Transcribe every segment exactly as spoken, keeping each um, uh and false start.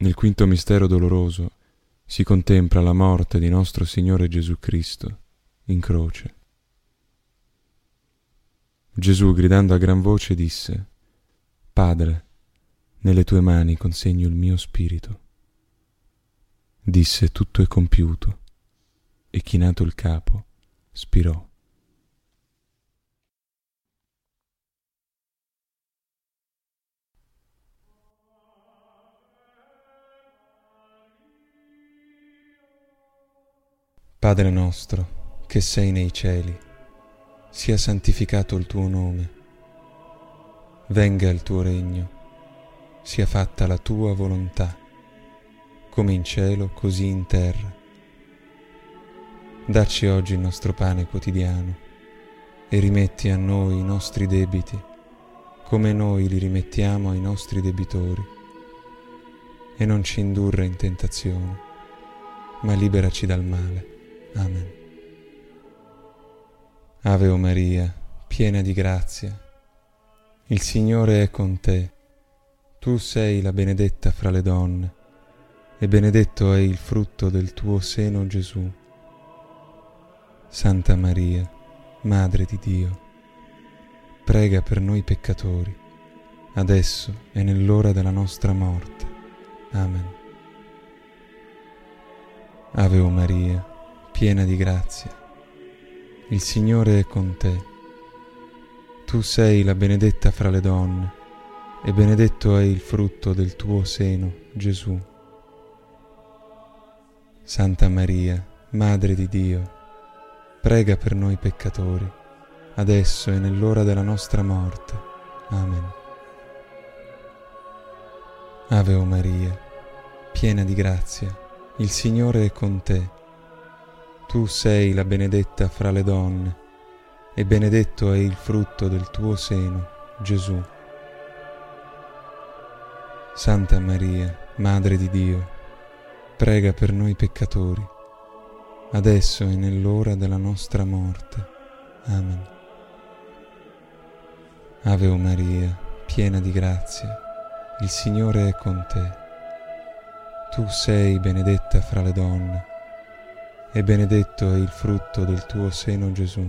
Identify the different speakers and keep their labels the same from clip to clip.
Speaker 1: Nel quinto mistero doloroso si contempla la morte di nostro Signore Gesù Cristo in croce. Gesù, gridando a gran voce, disse: Padre, nelle tue mani consegno il mio spirito. Disse: tutto è compiuto, e chinato il capo, spirò. Padre nostro, che sei nei cieli, sia santificato il tuo nome. Venga il tuo regno, sia fatta la tua volontà, come in cielo, così in terra. Dacci oggi il nostro pane quotidiano e rimetti a noi i nostri debiti, come noi li rimettiamo ai nostri debitori. E non ci indurre in tentazione, ma liberaci dal male. Amen. Ave o Maria, piena di grazia, il Signore è con te. Tu sei la benedetta fra le donne, e benedetto è il frutto del tuo seno, Gesù. Santa Maria, Madre di Dio, prega per noi peccatori, adesso e nell'ora della nostra morte. Amen. Ave o Maria, piena di grazia, il Signore è con te. Tu sei la benedetta fra le donne, e benedetto è il frutto del tuo seno, Gesù. Santa Maria, Madre di Dio, prega per noi peccatori, adesso e nell'ora della nostra morte. Amen. Ave o Maria, piena di grazia, il Signore è con te. Tu sei la benedetta fra le donne, e benedetto è il frutto del tuo seno, Gesù. Santa Maria, Madre di Dio, prega per noi peccatori, adesso e nell'ora della nostra morte. Amen. Ave o Maria, piena di grazia, il Signore è con te. Tu sei benedetta fra le donne, e benedetto è il frutto del tuo seno, Gesù.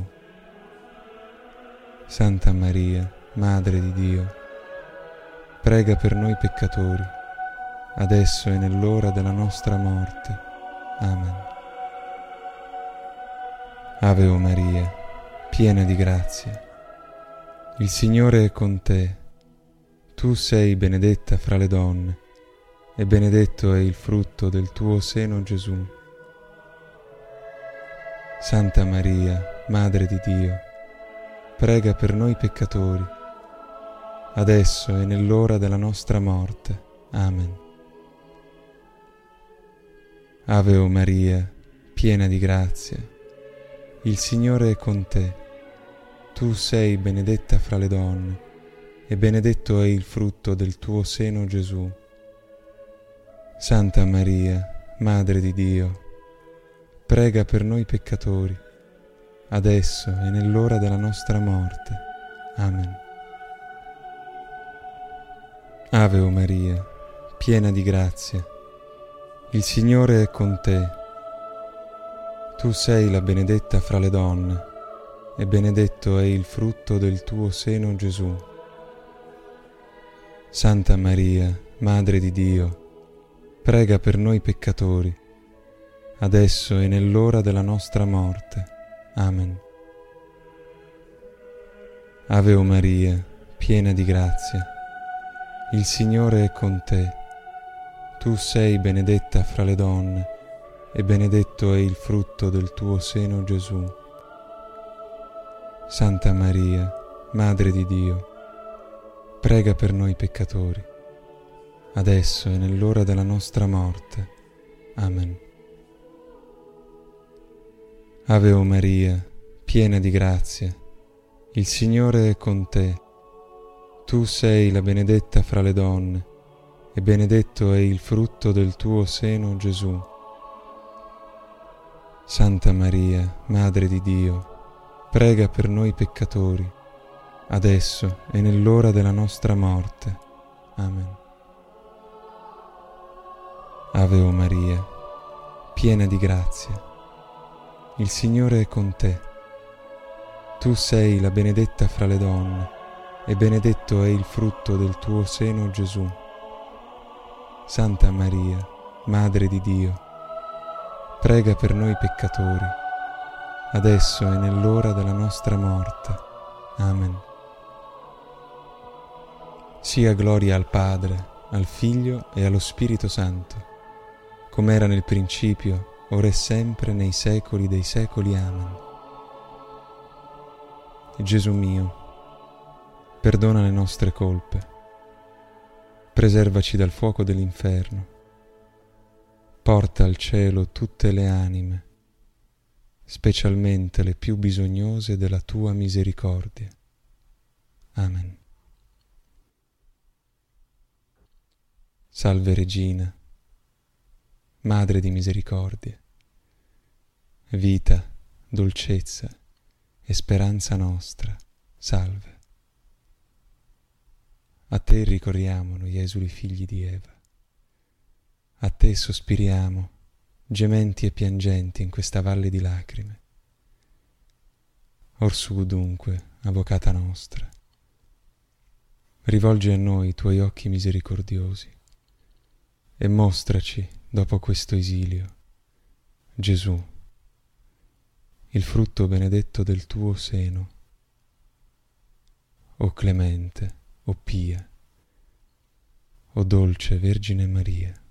Speaker 1: Santa Maria, Madre di Dio, prega per noi peccatori, adesso e nell'ora della nostra morte. Amen. Ave o Maria, piena di grazia, il Signore è con te. Tu sei benedetta fra le donne, e benedetto è il frutto del tuo seno, Gesù. Santa Maria, Madre di Dio, prega per noi peccatori, adesso e nell'ora della nostra morte. Amen. Ave o Maria, piena di grazia, il Signore è con te. Tu sei benedetta fra le donne, e benedetto è il frutto del tuo seno, Gesù. Santa Maria, Madre di Dio, prega per noi peccatori, adesso e nell'ora della nostra morte. Amen. Ave o Maria, piena di grazia, il Signore è con te. Tu sei la benedetta fra le donne, e benedetto è il frutto del tuo seno, Gesù. Santa Maria, Madre di Dio, prega per noi peccatori, adesso e nell'ora della nostra morte. Amen. Ave o Maria, piena di grazia, il Signore è con te. Tu sei benedetta fra le donne, e benedetto è il frutto del tuo seno, Gesù. Santa Maria, Madre di Dio, prega per noi peccatori, adesso e nell'ora della nostra morte. Amen. Ave o Maria, piena di grazia, il Signore è con te. Tu sei la benedetta fra le donne, e benedetto è il frutto del tuo seno, Gesù. Santa Maria, Madre di Dio, prega per noi peccatori, adesso e nell'ora della nostra morte. Amen. Ave o Maria, piena di grazia, il Signore è con te. Tu sei la benedetta fra le donne, e benedetto è il frutto del tuo seno, Gesù. Santa Maria, Madre di Dio, prega per noi peccatori, adesso e nell'ora della nostra morte. Amen. Sia gloria al Padre, al Figlio e allo Spirito Santo, come era nel principio, ora e sempre, nei secoli dei secoli. Amen. Gesù mio, perdona le nostre colpe, preservaci dal fuoco dell'inferno, porta al cielo tutte le anime, specialmente le più bisognose della tua misericordia. Amen. Salve Regina, Madre di misericordia, vita, dolcezza e speranza nostra, salve. A te ricorriamo noi esuli figli di Eva, a te sospiriamo, gementi e piangenti in questa valle di lacrime. Orsù dunque, Avvocata nostra, rivolgi a noi i tuoi occhi misericordiosi e mostraci, dopo questo esilio, Gesù, il frutto benedetto del tuo seno. O clemente, o pia, o dolce Vergine Maria.